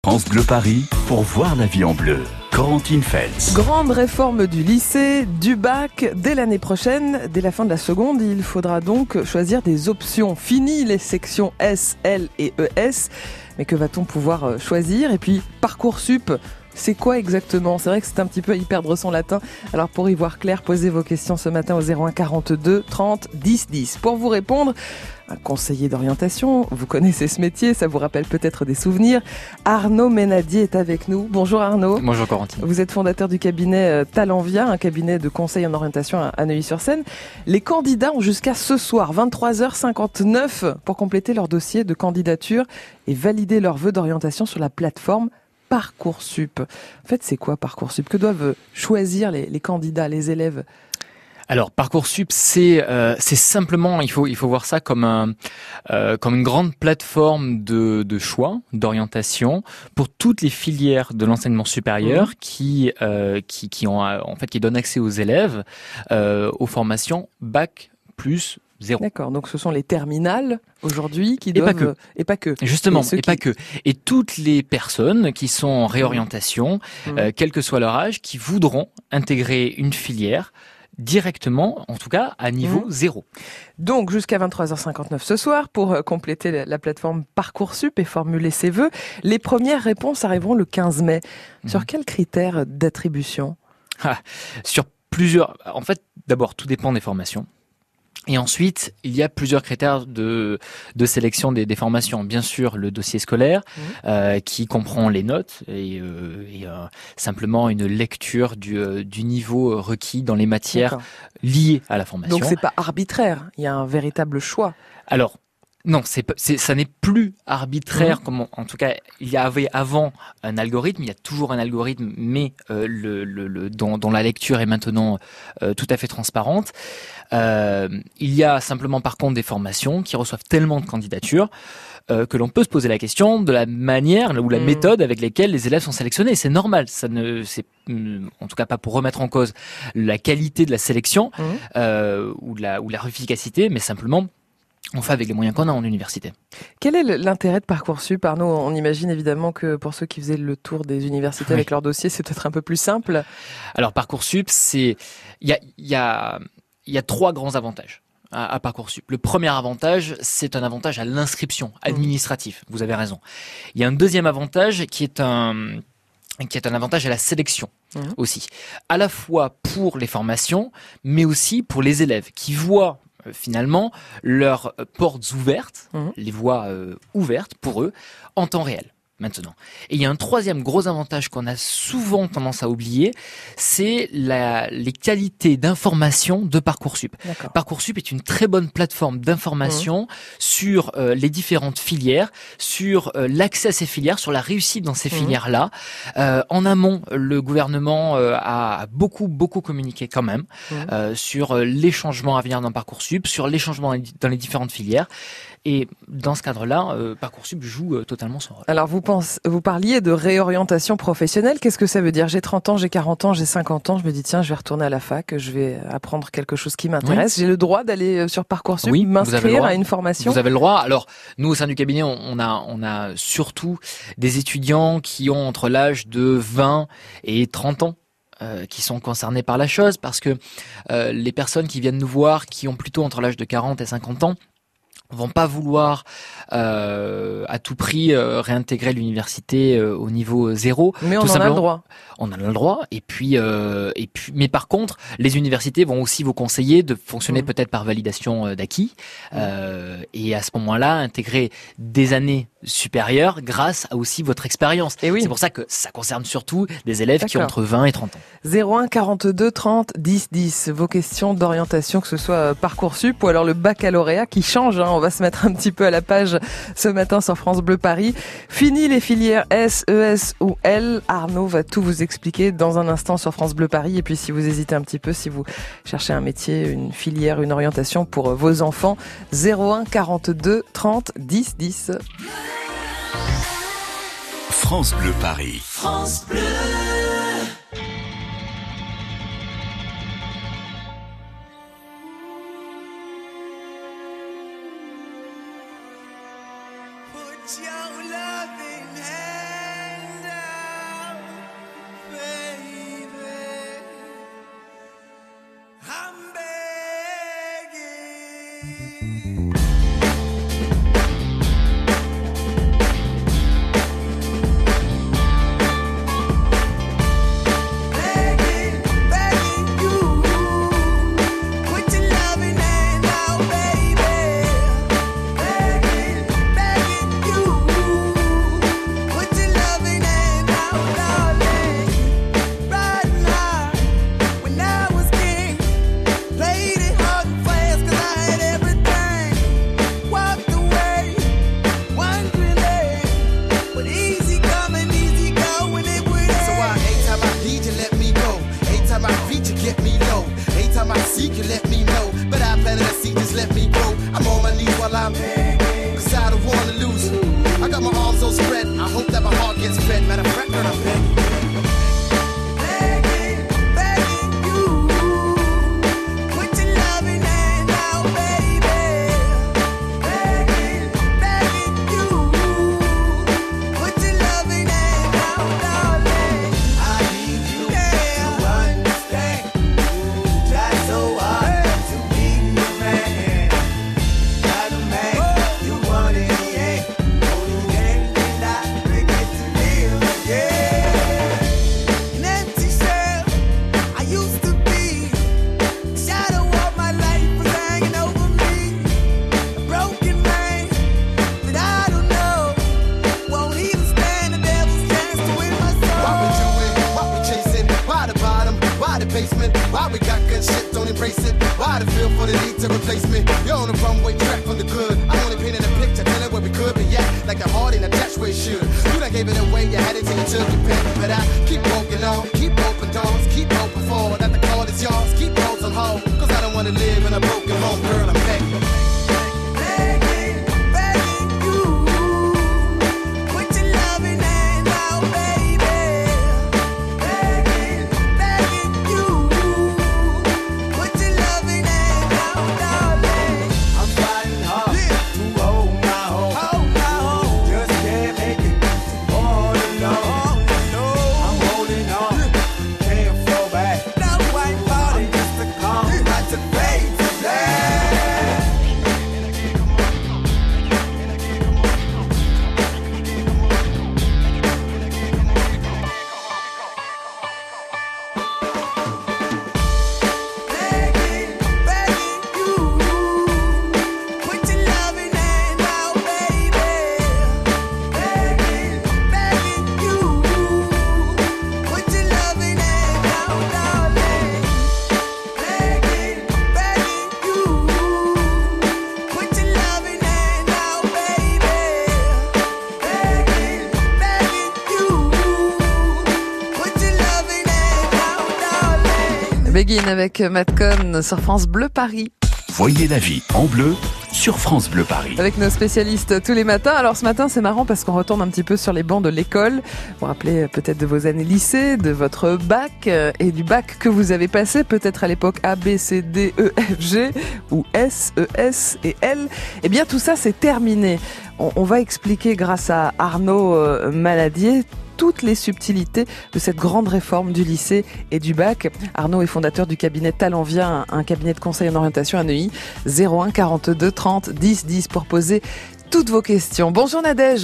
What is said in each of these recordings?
France Bleu Paris pour voir la vie en bleu. Corentine Feltz. Grande réforme du lycée, du bac. Dès l'année prochaine, dès la fin de la seconde, il faudra donc choisir des options. Fini les sections S, L et ES. Mais que va-t-on pouvoir choisir ? Et puis, Parcoursup, c'est quoi exactement ? C'est vrai que c'est un petit peu y perdre son latin. Alors pour y voir clair, posez vos questions ce matin au 01 42 30 10 10. Pour vous répondre, un conseiller d'orientation, vous connaissez ce métier, ça vous rappelle peut-être des souvenirs. Arnaud Ménadier est avec nous. Bonjour Arnaud. Bonjour Corentine. Vous êtes fondateur du cabinet Talenvia, un cabinet de conseil en orientation à Neuilly-sur-Seine. Les candidats ont jusqu'à ce soir, 23h59, pour compléter leur dossier de candidature et valider leurs vœux d'orientation sur la plateforme Parcoursup. En fait, c'est quoi Parcoursup ? Que doivent choisir les candidats, les élèves ? Alors Parcoursup, c'est simplement, il faut voir ça comme une grande plateforme de choix, d'orientation pour toutes les filières de l'enseignement supérieur qui donnent accès aux élèves aux formations bac plus 0. D'accord, donc ce sont les terminales aujourd'hui qui doivent... Et pas que. Justement, pas que. Et toutes les personnes qui sont en réorientation, quel que soit leur âge, qui voudront intégrer une filière directement, en tout cas à niveau 0. Donc jusqu'à 23h59 ce soir, pour compléter la plateforme Parcoursup et formuler ses vœux, les premières réponses arriveront le 15 mai. Sur quels critères d'attribution ? Sur plusieurs... En fait, d'abord, tout dépend des formations. Et ensuite, il y a plusieurs critères de sélection des formations. Bien sûr, le dossier scolaire, qui comprend les notes et simplement une lecture du niveau requis dans les matières liées à la formation. Donc c'est pas arbitraire, il y a un véritable choix. Alors, non, ça n'est plus arbitraire, comme en tout cas il y avait avant un algorithme. Il y a toujours un algorithme, mais dont la lecture est maintenant tout à fait transparente. Il y a simplement par contre des formations qui reçoivent tellement de candidatures que l'on peut se poser la question de la manière ou la méthode avec lesquelles les élèves sont sélectionnés. C'est normal, c'est en tout cas pas pour remettre en cause la qualité de la sélection ou leur efficacité, mais simplement on fait avec les moyens qu'on a en université. Quel est l'intérêt de Parcoursup, Arnaud ? On imagine évidemment que pour ceux qui faisaient le tour des universités avec leur dossier, c'est peut-être un peu plus simple. Alors Parcoursup, il y a 3 grands avantages à Parcoursup. Le premier avantage, c'est un avantage à l'inscription administratif. Vous avez raison. Il y a un deuxième avantage qui est un avantage à la sélection aussi. À la fois pour les formations, mais aussi pour les élèves qui voient finalement leurs portes ouvertes, les voies ouvertes pour eux en temps réel. Maintenant. Et il y a un troisième gros avantage qu'on a souvent tendance à oublier, c'est les qualités d'information de Parcoursup. D'accord. Parcoursup est une très bonne plateforme d'information sur les différentes filières, sur l'accès à ces filières, sur la réussite dans ces filières-là. En amont, le gouvernement a beaucoup communiqué quand même sur les changements à venir dans Parcoursup, sur les changements dans les différentes filières. Et dans ce cadre-là, Parcoursup joue totalement son rôle. Alors vous parliez de réorientation professionnelle. Qu'est-ce que ça veut dire ? J'ai 30 ans, j'ai 40 ans, j'ai 50 ans. Je me dis tiens, je vais retourner à la fac, je vais apprendre quelque chose qui m'intéresse. J'ai le droit d'aller sur Parcoursup, m'inscrire à une formation ? Vous avez le droit. Alors nous, au sein du cabinet, on a surtout des étudiants qui ont entre l'âge de 20 et 30 ans. Qui sont concernés par la chose, parce que les personnes qui viennent nous voir, qui ont plutôt entre l'âge de 40 et 50 ans, vont pas vouloir à tout prix réintégrer l'université au niveau 0. Mais on en a le droit. On en a le droit. Et puis, mais par contre, les universités vont aussi vous conseiller de fonctionner peut-être par validation d'acquis et à ce moment-là intégrer des années supérieures grâce à aussi votre expérience. Et oui. C'est pour ça que ça concerne surtout des élèves qui ont entre 20 et 30 ans. 01 42 30 10 10. Vos questions d'orientation, que ce soit Parcoursup ou alors le baccalauréat qui change. On va se mettre un petit peu à la page ce matin sur France Bleu Paris. Fini les filières S, ES ou L. Arnaud va tout vous expliquer dans un instant sur France Bleu Paris. Et puis si vous hésitez un petit peu, si vous cherchez un métier, une filière, une orientation pour vos enfants, 01 42 30 10 10. France Bleu Paris. France Bleu. Put your loving hand Begin avec Matt Cohn sur France Bleu Paris. Voyez la vie en bleu sur France Bleu Paris. Avec nos spécialistes tous les matins. Alors ce matin, c'est marrant parce qu'on retourne un petit peu sur les bancs de l'école. Vous vous rappelez peut-être de vos années lycée, de votre bac et du bac que vous avez passé, peut-être à l'époque A, B, C, D, E, F, G ou S, E, S et L. Eh bien tout ça, c'est terminé. On va expliquer grâce à Arnaud Maladier toutes les subtilités de cette grande réforme du lycée et du bac. Arnaud est fondateur du cabinet Talenvia, un cabinet de conseil en orientation à Neuilly. 01 42 30 10 10 pour poser toutes vos questions. Bonjour Nadège.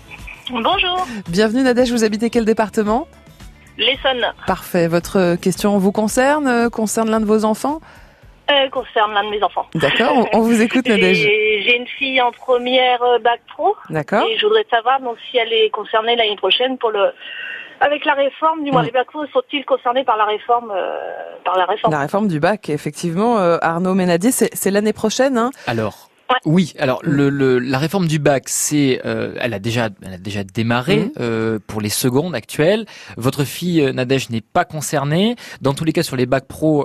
Bonjour. Bienvenue Nadège, vous habitez quel département ? L'Essonne. Parfait. Votre question vous concerne l'un de vos enfants ? Concerne l'un de mes enfants. D'accord, on vous écoute Nadège. J'ai une fille en première bac pro. D'accord. Et je voudrais savoir donc si elle est concernée l'année prochaine avec la réforme, du moins les bacs pro sont-ils concernés par la réforme La réforme du bac, effectivement, Arnaud Ménadier, c'est l'année prochaine, hein ? Alors, oui, alors la réforme du bac, elle a déjà démarré pour les secondes actuelles. Votre fille Nadège n'est pas concernée. Dans tous les cas, sur les bacs pro,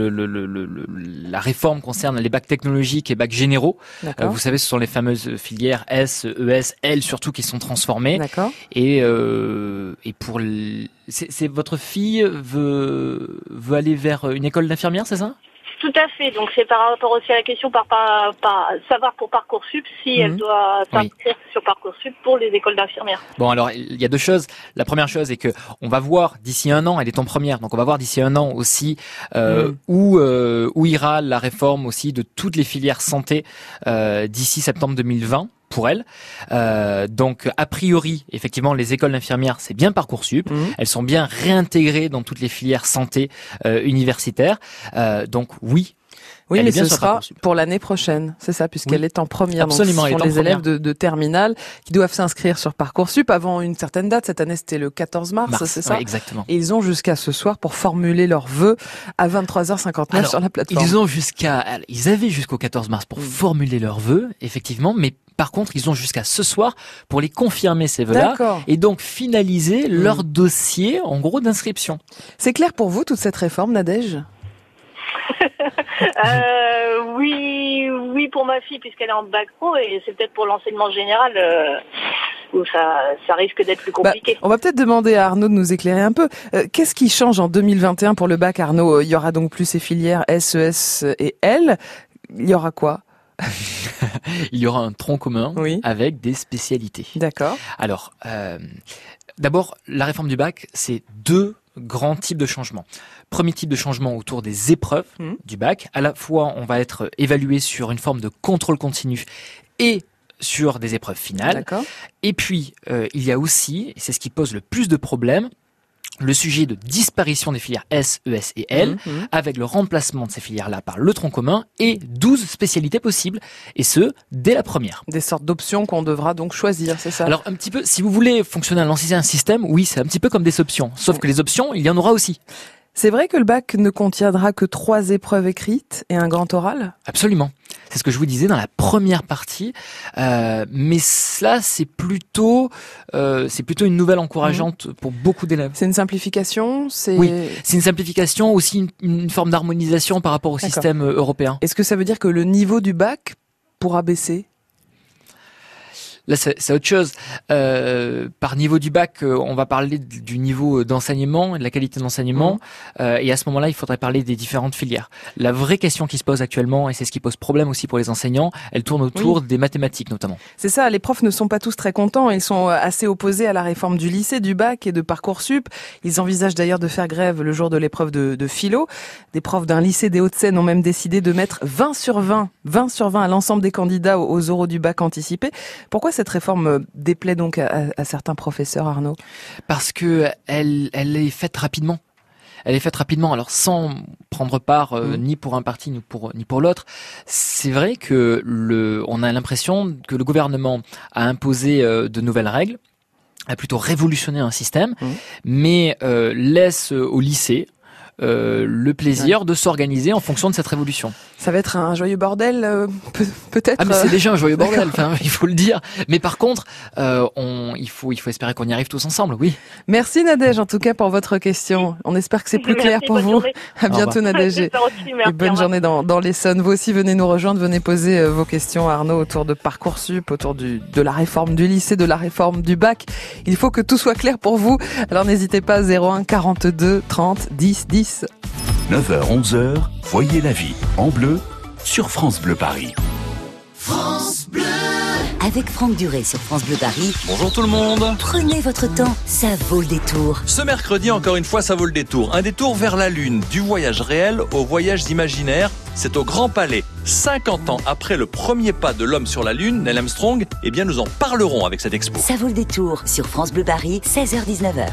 la réforme concerne les bacs technologiques et bacs généraux. Vous savez, ce sont les fameuses filières S, ES, L surtout qui sont transformées. D'accord. Et pour c'est votre fille veut aller vers une école d'infirmière, c'est ça ? Tout à fait. Donc c'est par rapport aussi à la question par savoir pour Parcoursup si elle doit s'inscrire sur Parcoursup pour les écoles d'infirmières. Bon, alors il y a deux choses. La première chose est que on va voir d'ici un an, elle est en première, donc on va voir d'ici un an aussi où ira la réforme aussi de toutes les filières santé d'ici septembre 2020. Pour elle. Donc, a priori, effectivement, les écoles d'infirmières, c'est bien Parcoursup. Elles sont bien réintégrées dans toutes les filières santé universitaires. Donc, oui. Oui, elle mais est bien ce sur sera Parcoursup. pour l'année prochaine, c'est ça, puisqu'elle est en première. Absolument, donc, ce sont elle est en les élèves première. de terminale qui doivent s'inscrire sur Parcoursup avant une certaine date. Cette année, c'était le 14 mars, c'est ça? Oui, exactement. Et ils ont jusqu'à ce soir pour formuler leurs vœux à 23h59 Alors, sur la plateforme. Ils avaient jusqu'au 14 mars pour formuler leurs vœux, effectivement, mais par contre, ils ont jusqu'à ce soir pour les confirmer ces vœux-là D'accord. et donc finaliser leur dossier, en gros, d'inscription. C'est clair pour vous, toute cette réforme, Nadège? Oui, pour ma fille, puisqu'elle est en bac pro, et c'est peut-être pour l'enseignement général où ça risque d'être plus compliqué. On va peut-être demander à Arnaud de nous éclairer un peu. Qu'est-ce qui change en 2021 pour le bac, Arnaud? Il y aura donc plus ces filières S, ES et L. Il y aura quoi? Il y aura un tronc commun Oui. avec des spécialités. D'accord. Alors, d'abord, la réforme du bac, c'est deux grands types de changements. Premier type de changement autour des épreuves du bac. À la fois, on va être évalué sur une forme de contrôle continu et sur des épreuves finales. D'accord. Et puis, il y a aussi, et c'est ce qui pose le plus de problèmes, le sujet de disparition des filières S, ES et L, avec le remplacement de ces filières-là par le tronc commun et 12 spécialités possibles, et ce, dès la première. Des sortes d'options qu'on devra donc choisir, c'est ça? Alors, un petit peu, si vous voulez fonctionner à l'ancien système, oui, c'est un petit peu comme des options. Sauf que les options, il y en aura aussi. C'est vrai que le bac ne contiendra que 3 épreuves écrites et un grand oral? Absolument. C'est ce que je vous disais dans la première partie. Mais cela, c'est plutôt une nouvelle encourageante pour beaucoup d'élèves. C'est une simplification? Oui, c'est une simplification, aussi une forme d'harmonisation par rapport au système européen. Est-ce que ça veut dire que le niveau du bac pourra baisser? Là, c'est autre chose. Par niveau du bac, on va parler du niveau d'enseignement et de la qualité d'enseignement. Et à ce moment-là, il faudrait parler des différentes filières. La vraie question qui se pose actuellement, et c'est ce qui pose problème aussi pour les enseignants, elle tourne autour des mathématiques notamment. C'est ça, les profs ne sont pas tous très contents. Ils sont assez opposés à la réforme du lycée, du bac et de Parcoursup. Ils envisagent d'ailleurs de faire grève le jour de l'épreuve de philo. Des profs d'un lycée des Hauts-de-Seine ont même décidé de mettre 20 sur 20 à l'ensemble des candidats aux oraux du bac anticipés. Pourquoi cette réforme déplaît donc à certains professeurs, Arnaud? Parce que elle est faite rapidement. Elle est faite rapidement, alors sans prendre part ni pour un parti ni pour l'autre. C'est vrai que on a l'impression que le gouvernement a imposé de nouvelles règles, a plutôt révolutionné un système, mais laisse au lycée le plaisir de s'organiser en fonction de cette révolution. Ça va être un joyeux bordel, peut-être. Ah mais c'est déjà un joyeux bordel, enfin il faut le dire. Mais par contre, il faut espérer qu'on y arrive tous ensemble, oui. Merci Nadège en tout cas pour votre question. On espère que c'est plus clair pour vous. Journée. À bientôt Nadège et bonne journée dans l'Essonne. Vous aussi venez nous rejoindre, venez poser vos questions à Arnaud autour de Parcoursup, autour de la réforme du lycée, de la réforme du bac. Il faut que tout soit clair pour vous. Alors n'hésitez pas 01 42 30 10 10. 9h, 11h, voyez la vie en bleu sur France Bleu Paris. France Bleu. Avec Franck Duré sur France Bleu Paris. Bonjour tout le monde. Prenez votre temps, ça vaut le détour. Ce mercredi, encore une fois, ça vaut le détour. Un détour vers la Lune, du voyage réel au voyage imaginaire. C'est au Grand Palais. 50 ans après le premier pas de l'homme sur la Lune, Neil Armstrong, eh bien nous en parlerons avec cette expo. Ça vaut le détour sur France Bleu Paris, 16h-19h.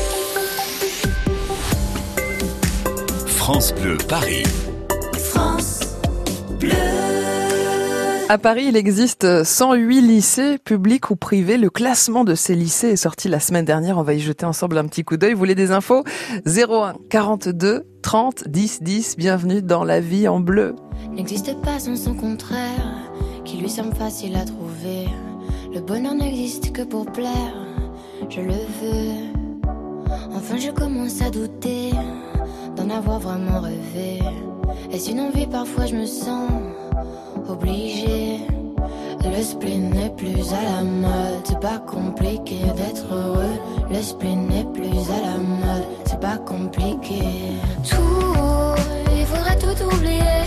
France Bleu Paris. France Bleu. À Paris, il existe 108 lycées publics ou privés. Le classement de ces lycées est sorti la semaine dernière. On va y jeter ensemble un petit coup d'œil. Vous voulez des infos? 01 42 30 10 10. Bienvenue dans la vie en bleu. N'existe pas sans son contraire, qui lui semble facile à trouver. Le bonheur n'existe que pour plaire, je le veux. Enfin je commence à douter d'en avoir vraiment rêvé. Est-ce une envie? Parfois je me sens obligée. Le spleen n'est plus à la mode, c'est pas compliqué d'être heureux. Le spleen n'est plus à la mode, c'est pas compliqué. Tout, il faudrait tout oublier.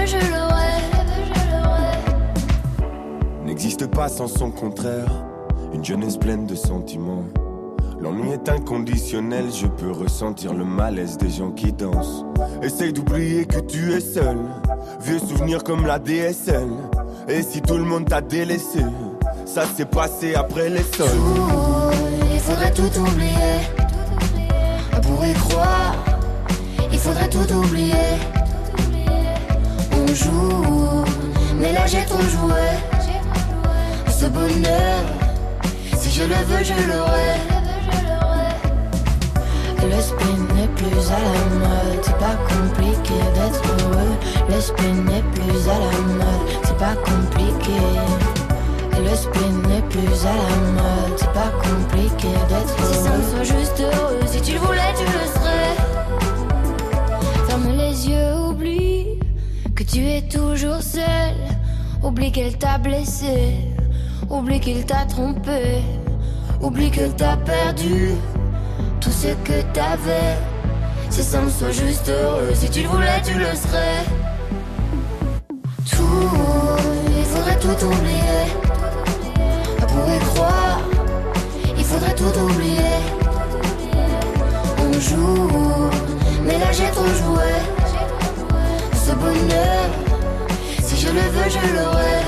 je l'aurais. N'existe pas sans son contraire, une jeunesse pleine de sentiments. L'ennui est inconditionnel, je peux ressentir le malaise des gens qui dansent. Essaye d'oublier que tu es seul, vieux souvenirs comme la DSL. Et si tout le monde t'a délaissé, ça s'est passé après les sols. Il faudrait tout oublier, pour y croire, il faudrait tout oublier. On joue, mais là j'ai trop joué. Ce bonheur, si je le veux, je l'aurai. Le spin n'est plus à la mode, c'est pas compliqué d'être heureux. Le spin n'est plus à la mode, c'est pas compliqué. Le spin n'est plus à la mode, c'est pas compliqué d'être heureux. Si ça me soit juste heureux, si tu le voulais, tu le serais. Ferme les yeux, oublie que tu es toujours seul. Oublie qu'elle t'a blessé, oublie qu'il t'a trompé, oublie que t'as perdu tout ce que t'avais. Si ça me soit juste heureux, si tu le voulais, tu le serais. Tout, il faudrait tout oublier. Pour y croire, il faudrait tout oublier. On joue, mais là j'ai trop joué. Ce bonheur, si je le veux, je l'aurai.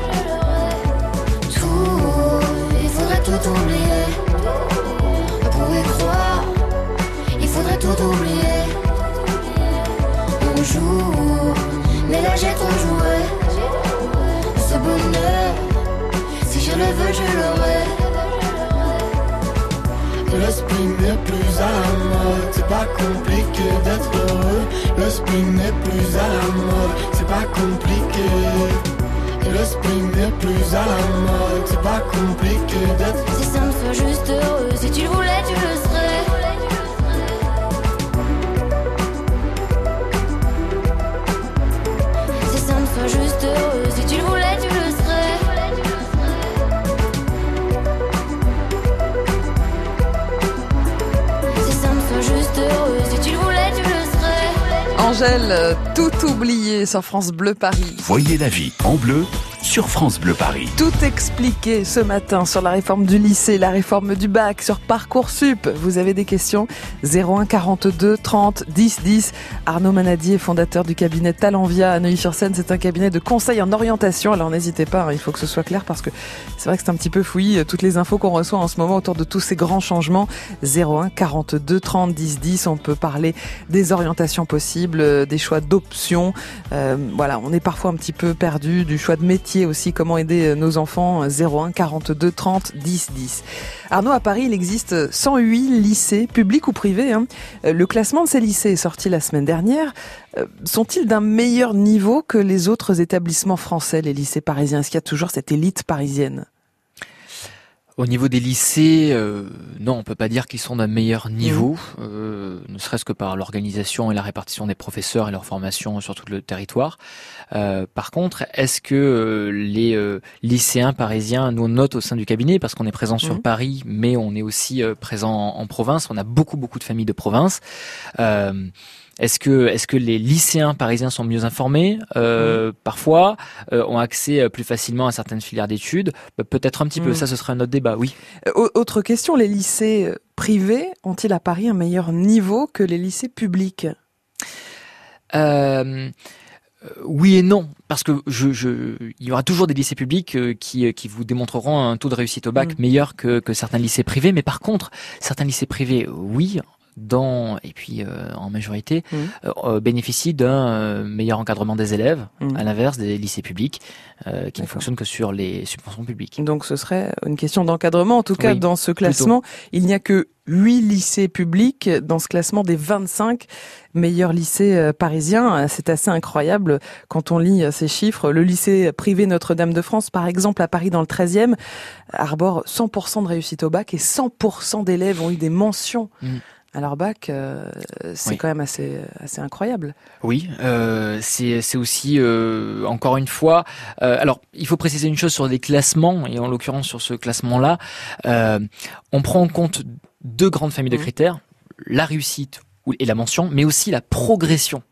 Tout, il faudrait tout oublier. Pour y croire, il faudrait tout oublier. On joue, mais là j'ai trop joué. Ce bonheur, si je le veux, je l'aurai. Le spin n'est plus à la mode, c'est pas compliqué d'être heureux. Le spin n'est plus à la mode, c'est pas compliqué. Le spin n'est plus à la mode, c'est pas compliqué d'être. Si ça me soit juste heureux, si tu le voulais, tu le serais. Si ça me soit juste heureux, si tu le voulais, tu le serais. Si ça me soit juste heureux, si tu le voulais, tu le serais. Angèle, tout oublié sur France Bleu Paris. Voyez la vie en bleu sur France Bleu Paris. Tout expliqué ce matin sur la réforme du lycée, la réforme du bac, sur Parcoursup. Vous avez des questions? 01 42 30 10 10. Arnaud Manadier, fondateur du cabinet Talenvia à Neuilly-sur-Seine. C'est un cabinet de conseil en orientation. Alors n'hésitez pas, il faut que ce soit clair parce que c'est vrai que c'est un petit peu fouillis toutes les infos qu'on reçoit en ce moment autour de tous ces grands changements. 01 42 30 10 10. On peut parler des orientations possibles, des choix d'options. Voilà, on est parfois un petit peu perdu, du choix de métier aussi, comment aider nos enfants. 01 42 30 10 10. Arnaud, à Paris, il existe 108 lycées, publics ou privés. Le classement de ces lycées est sorti la semaine dernière. Sont-ils d'un meilleur niveau que les autres établissements français, les lycées parisiens? Est-ce qu'il y a toujours cette élite parisienne? Au niveau des lycées, non, on peut pas dire qu'ils sont d'un meilleur niveau, ne serait-ce que par l'organisation et la répartition des professeurs et leur formation sur tout le territoire. Par contre, est-ce que les lycéens parisiens nous notent au sein du cabinet, parce qu'on est présent sur Paris, mais on est aussi présent en province, on a beaucoup de familles de province. Est-ce que les lycéens parisiens sont mieux informés? Parfois, ont accès plus facilement à certaines filières d'études. Peut-être un petit peu. Ça, ce serait un autre débat. Oui. Autre question, les lycées privés ont-ils à Paris un meilleur niveau que les lycées publics? Oui et non, parce que il y aura toujours des lycées publics qui vous démontreront un taux de réussite au bac meilleur que certains lycées privés. Mais par contre, certains lycées privés, oui, en majorité bénéficient d'un meilleur encadrement des élèves, à l'inverse des lycées publics qui ne fonctionnent que sur les subventions publiques. Donc ce serait une question d'encadrement. En tout cas, dans ce classement, il n'y a que 8 lycées publics dans ce classement des 25 meilleurs lycées parisiens. C'est assez incroyable quand on lit ces chiffres. Le lycée privé Notre-Dame-de-France, par exemple, à Paris dans le 13e, arbore 100% de réussite au bac et 100% d'élèves ont eu des mentions à leur bac. C'est quand même assez incroyable. Oui, c'est aussi encore une fois. Alors, il faut préciser une chose sur les classements, et en l'occurrence sur ce classement-là, on prend en compte deux grandes familles de critères, la réussite et la mention, mais aussi la progression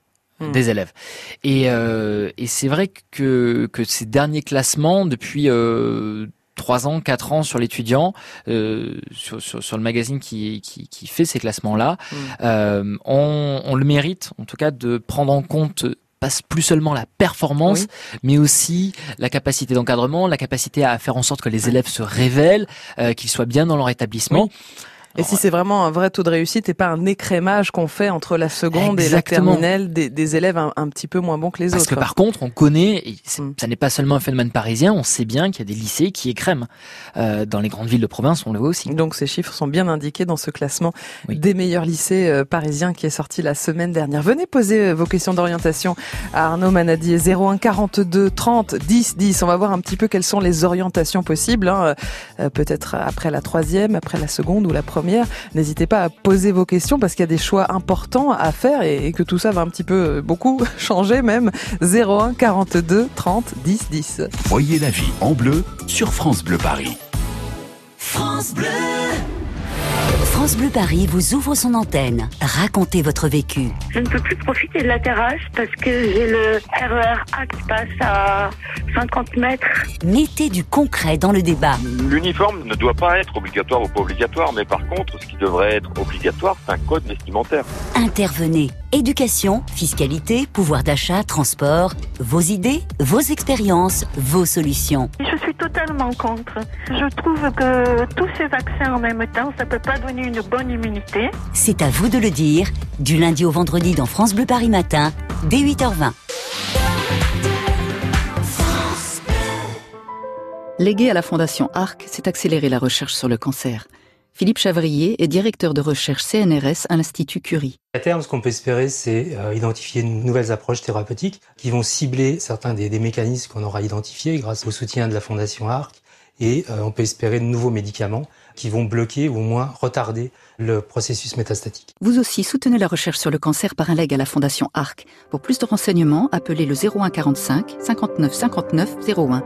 des élèves. Et c'est vrai que ces derniers classements, depuis 3 ans, 4 ans sur l'étudiant, sur le magazine qui fait ces classements-là, on le mérite, en tout cas, de prendre en compte plus seulement la performance, mais aussi la capacité d'encadrement, la capacité à faire en sorte que les élèves se révèlent, qu'ils soient bien dans leur établissement. Et si c'est vraiment un vrai taux de réussite et pas un écrémage qu'on fait entre la seconde et la terminale des élèves un petit peu moins bons que les autres. Parce que par contre, on connaît, et ça n'est pas seulement un phénomène parisien, on sait bien qu'il y a des lycées qui écrèment. Dans les grandes villes de province, on le voit aussi. Donc ces chiffres sont bien indiqués dans ce classement des meilleurs lycées parisiens qui est sorti la semaine dernière. Venez poser vos questions d'orientation à Arnaud Manadier, 01 42 30 10 10. On va voir un petit peu quelles sont les orientations possibles, peut-être après la troisième, après la seconde ou la première. N'hésitez pas à poser vos questions parce qu'il y a des choix importants à faire et que tout ça va un petit peu, beaucoup changer même. 01 42 30 10 10. Voyez la vie en bleu sur France Bleu Paris. France Bleu. France Bleu Paris vous ouvre son antenne. Racontez votre vécu. Je ne peux plus profiter de la terrasse parce que j'ai le RER A qui passe à 50 mètres. Mettez du concret dans le débat. L'uniforme ne doit pas être obligatoire ou pas obligatoire, mais par contre, ce qui devrait être obligatoire, c'est un code vestimentaire. Intervenez. Éducation, fiscalité, pouvoir d'achat, transport. Vos idées, vos expériences, vos solutions. Je suis totalement contre. Je trouve que tous ces vaccins en même temps, ça peut pas donner une bonne immunité. C'est à vous de le dire. Du lundi au vendredi dans France Bleu Paris Matin, dès 8h20. Légué à la Fondation ARC, c'est accélérer la recherche sur le cancer. Philippe Chavrier est directeur de recherche CNRS à l'Institut Curie. À terme, ce qu'on peut espérer, c'est identifier de nouvelles approches thérapeutiques qui vont cibler certains des mécanismes qu'on aura identifiés grâce au soutien de la Fondation ARC. Et on peut espérer de nouveaux médicaments qui vont bloquer ou au moins retarder le processus métastatique. Vous aussi soutenez la recherche sur le cancer par un legs à la Fondation ARC. Pour plus de renseignements, appelez le 01 45 59 59 01.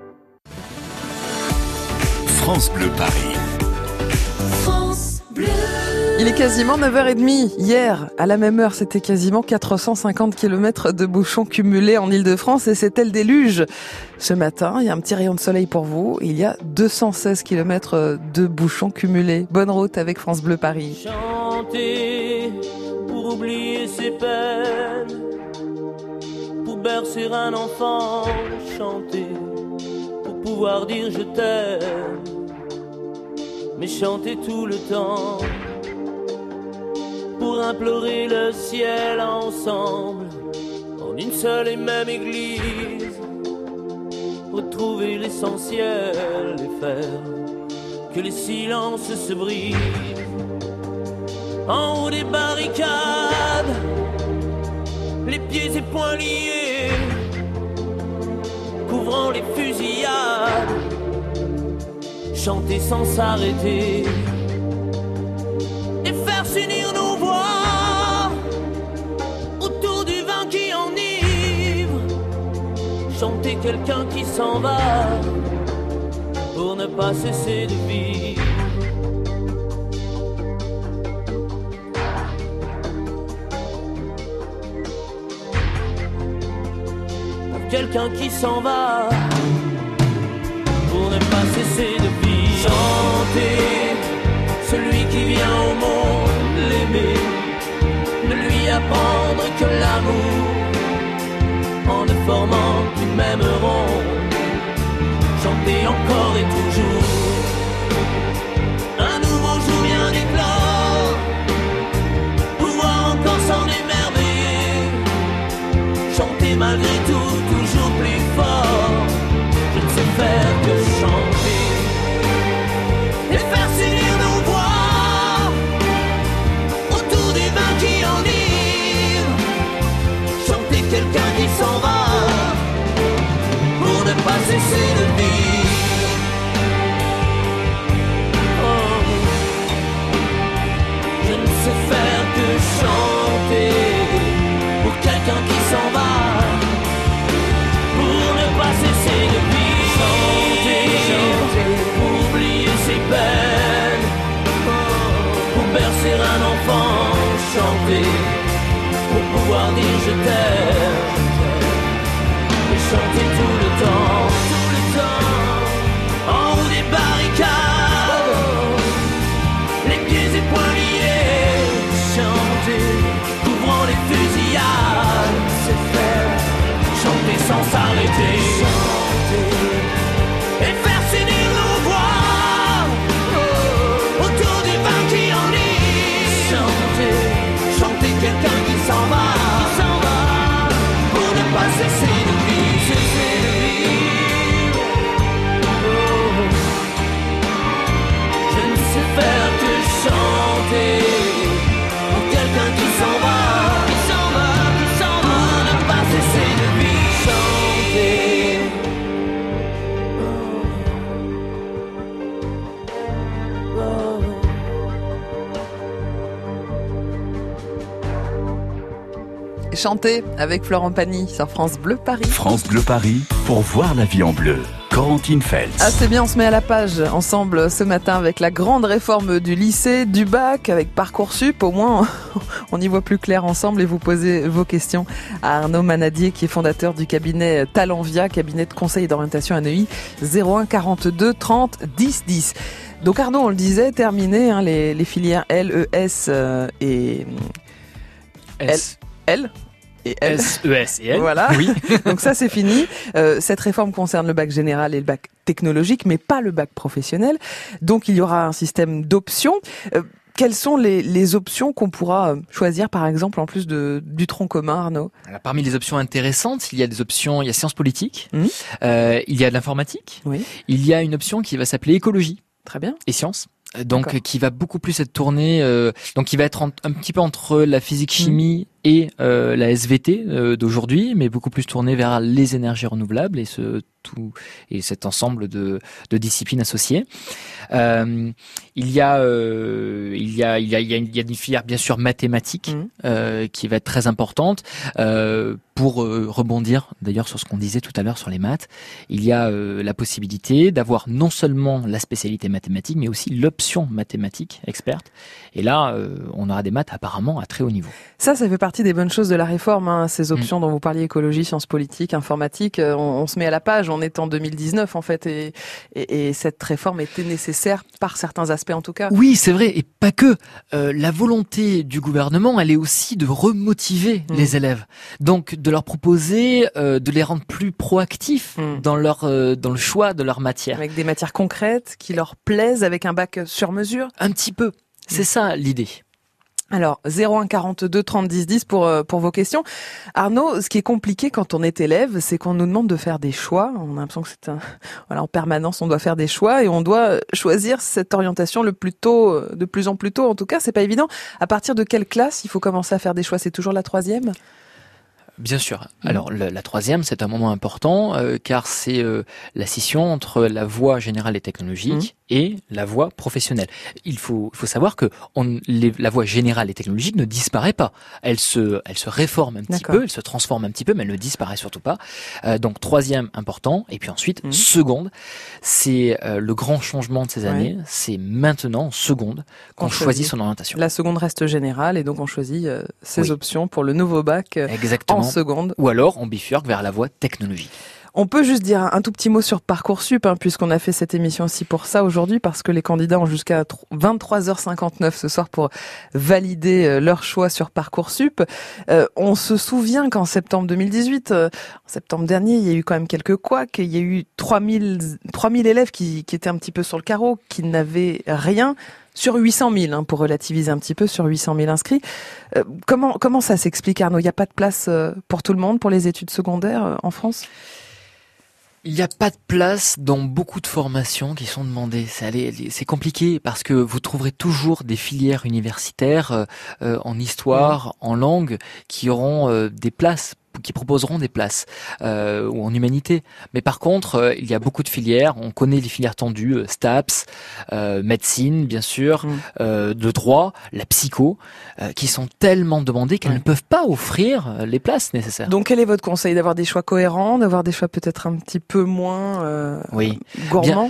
France Bleu Paris. France Bleu. Il est quasiment 9h30. Hier, à la même heure, c'était quasiment 450 km de bouchons cumulés en Ile-de-France et c'était le déluge. Ce matin, il y a un petit rayon de soleil pour vous. Il y a 216 km de bouchons cumulés. Bonne route avec France Bleu Paris. Chanter pour oublier ses peines, pour bercer un enfant, chanter pour pouvoir dire je t'aime, mais chanter tout le temps. Pour implorer le ciel ensemble, en une seule et même église, retrouver l'essentiel et faire que les silences se brisent. En haut des barricades, les pieds et poings liés, couvrant les fusillades, chanter sans s'arrêter et faire s'unir nos voix autour du vin qui enivre, chanter quelqu'un qui s'en va pour ne pas cesser de vivre. Pour quelqu'un qui s'en va pour ne pas cesser de vivre. Chanter celui qui vient au monde, l'aimer, ne lui apprendre que l'amour, en ne formant qu'une même ronde, chanter encore et toujours. Un nouveau jour vient d'éclore, pouvoir encore s'en émerveiller, chanter malgré tout, toujours plus fort. Je ne sais faire que chanter et faire s'unir nos voix autour des vins qui enivrent, chanter quelqu'un qui s'en va pour ne pas cesser de vivre. Oh, je ne sais faire que chanter pour quelqu'un qui s'en va pour ne pas cesser de vivre. Chanter pour oublier ses peines, pour bercer un enfant, chanter pour pouvoir dire je t'aime et chanter tout le temps, en haut des barricades, les pieds et poings liés, chanter, couvrant les fusillades, c'est faire, chanter sans s'arrêter, chanter, et faire s'unir nos voix, autour des vins qui enlient, chanter, chanter quelqu'un qui s'en va, pour ne pas cesser de vivre, je ne sais faire que chanter pour quelqu'un qui s'en va, pour ne pas cesser de vivre, Chanter avec Florent Pagny sur France Bleu Paris. France Bleu Paris, pour voir la vie en bleu. Corentine Feltz. Ah, c'est bien, on se met à la page ensemble ce matin avec la grande réforme du lycée, du bac, avec Parcoursup. Au moins, on y voit plus clair ensemble et vous posez vos questions à Arnaud Manadier, qui est fondateur du cabinet Talenvia, cabinet de conseil et d'orientation à Neuilly, 01 42 30 10 10. Donc Arnaud, on le disait, terminé les filières L, ES et S. L et L. S, ES et L. Voilà. Oui. Donc ça, c'est fini. Cette réforme concerne le bac général et le bac technologique, mais pas le bac professionnel. Donc il y aura un système d'options. Quelles sont les options qu'on pourra choisir, par exemple, en plus du tronc commun, Arnaud? Alors, parmi les options intéressantes, il y a des options, il y a sciences politiques, il y a de l'informatique, il y a une option qui va s'appeler écologie. Très bien. Et sciences. Donc qui va beaucoup plus être tournée, donc qui va être un petit peu entre la physique-chimie et la SVT d'aujourd'hui, mais beaucoup plus tournée vers les énergies renouvelables et cet ensemble de disciplines associées. Il y a une filière bien sûr mathématique qui va être très importante. Pour rebondir d'ailleurs sur ce qu'on disait tout à l'heure sur les maths, il y a la possibilité d'avoir non seulement la spécialité mathématique, mais aussi l'option mathématique experte. Et là, on aura des maths apparemment à très haut niveau. Ça fait partie des bonnes choses de la réforme, ces options dont vous parliez, écologie, sciences politiques, informatique. On se met à la page, on est en 2019 en fait, et cette réforme était nécessaire par certains aspects en tout cas. Oui, c'est vrai, et pas que. La volonté du gouvernement, elle est aussi de remotiver les élèves. Donc de leur proposer de les rendre plus proactifs dans le choix de leur matière. Avec des matières concrètes qui leur plaisent, avec un bac sur mesure. Un petit peu. C'est ça l'idée. Alors 01 42 30 10 10 pour vos questions. Arnaud, ce qui est compliqué quand on est élève, c'est qu'on nous demande de faire des choix. On a l'impression que c'est en permanence on doit faire des choix et on doit choisir cette orientation le plus tôt, de plus en plus tôt. En tout cas, c'est pas évident. À partir de quelle classe il faut commencer à faire des choix? C'est toujours la 3e? Bien sûr. Alors la 3e, c'est un moment important car c'est la scission entre la voie générale et technologique et la voie professionnelle. Il faut savoir que la voie générale et technologique ne disparaît pas. Elle se réforme un petit peu, elle se transforme un petit peu, mais elle ne disparaît surtout pas. Donc 3e important, et puis ensuite seconde, c'est le grand changement de ces années. C'est maintenant en seconde qu'on choisit son orientation. La seconde reste générale et donc on choisit ses options pour le nouveau bac. Exactement. En seconde. Ou alors on bifurque vers la voie technologique. On peut juste dire un tout petit mot sur Parcoursup, puisqu'on a fait cette émission aussi pour ça aujourd'hui, parce que les candidats ont jusqu'à 23h59 ce soir pour valider leur choix sur Parcoursup. On se souvient qu'en septembre 2018, en septembre dernier, il y a eu quand même quelques couacs. Il y a eu 3000 élèves qui étaient un petit peu sur le carreau, qui n'avaient rien. Sur 800 000, pour relativiser un petit peu, sur 800 000 inscrits. Comment ça s'explique, Arnaud? Il n'y a pas de place pour tout le monde pour les études secondaires en France? Il n'y a pas de place dans beaucoup de formations qui sont demandées. C'est compliqué parce que vous trouverez toujours des filières universitaires en histoire, en langue, qui auront des places, qui proposeront des places ou en humanité. Mais par contre, il y a beaucoup de filières. On connaît les filières tendues, STAPS, médecine, bien sûr, le droit, la psycho, qui sont tellement demandées qu'elles ne peuvent pas offrir les places nécessaires. Donc, quel est votre conseil? D'avoir des choix cohérents, d'avoir des choix peut-être un petit peu moins gourmands?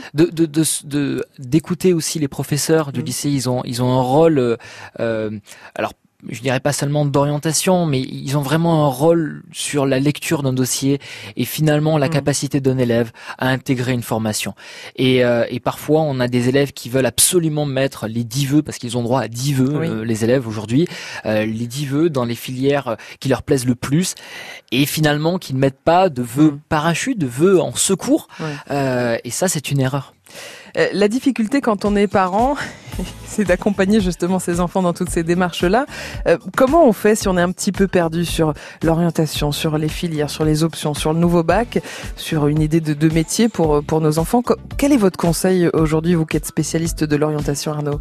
D'écouter aussi les professeurs du lycée. Ils ont un rôle. Alors, je dirais pas seulement d'orientation, mais ils ont vraiment un rôle sur la lecture d'un dossier et finalement la capacité d'un élève à intégrer une formation. Et parfois, on a des élèves qui veulent absolument mettre les 10 vœux, parce qu'ils ont droit à 10 vœux, les élèves aujourd'hui, les 10 vœux dans les filières qui leur plaisent le plus, et finalement qui ne mettent pas de vœux parachute, de vœux en secours. Et ça, c'est une erreur. La difficulté quand on est parent, c'est d'accompagner justement ses enfants dans toutes ces démarches-là. Comment on fait si on est un petit peu perdu sur l'orientation, sur les filières, sur les options, sur le nouveau bac, sur une idée de métier pour nos enfants? Quel est votre conseil aujourd'hui, vous qui êtes spécialiste de l'orientation, Arnaud?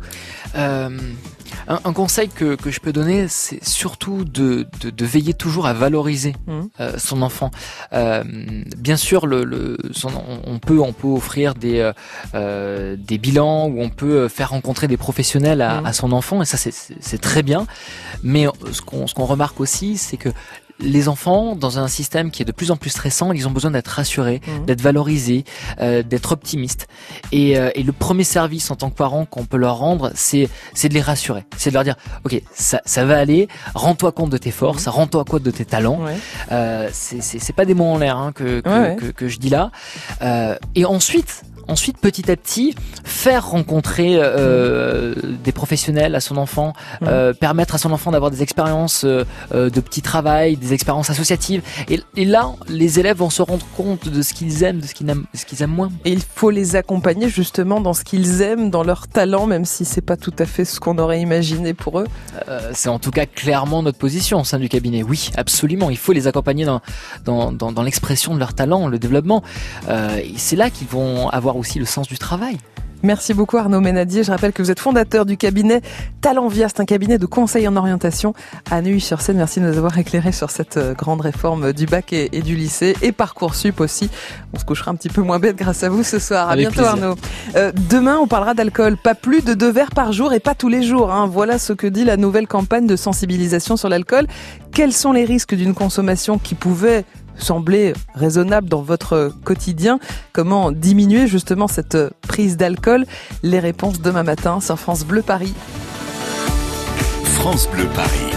Un conseil que je peux donner, c'est surtout de veiller toujours à valoriser son enfant. Bien sûr, on peut offrir des bilans, où on peut faire rencontrer des professionnels à son enfant, et ça c'est très bien. Mais ce qu'on remarque aussi, c'est que les enfants, dans un système qui est de plus en plus stressant, ils ont besoin d'être rassurés, d'être valorisés, d'être optimistes. Et le premier service en tant que parent qu'on peut leur rendre, c'est de les rassurer. C'est de leur dire, ok, ça va aller, rends-toi compte de tes forces, rends-toi compte de tes talents. C'est pas des mots en l'air que je dis là. Et ensuite, petit à petit, faire rencontrer des professionnels à son enfant, permettre à son enfant d'avoir des expériences de petit travail, des expériences associatives. Et là, les élèves vont se rendre compte de ce qu'ils aiment, de ce qu'ils aiment moins. Et il faut les accompagner justement dans ce qu'ils aiment, dans leur talent, même si c'est pas tout à fait ce qu'on aurait imaginé pour eux. C'est en tout cas clairement notre position au sein du cabinet. Oui, absolument. Il faut les accompagner dans l'expression de leur talent, le développement. Et c'est là qu'ils vont avoir aussi le sens du travail. Merci beaucoup Arnaud Ménadier. Je rappelle que vous êtes fondateur du cabinet Talenvia. C'est un cabinet de conseil en orientation à Neuilly-sur-Seine. Merci de nous avoir éclairé sur cette grande réforme du bac et du lycée et Parcoursup aussi. On se couchera un petit peu moins bête grâce à vous ce soir. À bientôt Arnaud. Demain, on parlera d'alcool. Pas plus de 2 verres par jour et pas tous les jours. Voilà ce que dit la nouvelle campagne de sensibilisation sur l'alcool. Quels sont les risques d'une consommation qui pouvait sembler raisonnable dans votre quotidien? Comment diminuer justement cette prise d'alcool? Les réponses demain matin sur France Bleu Paris. France Bleu Paris.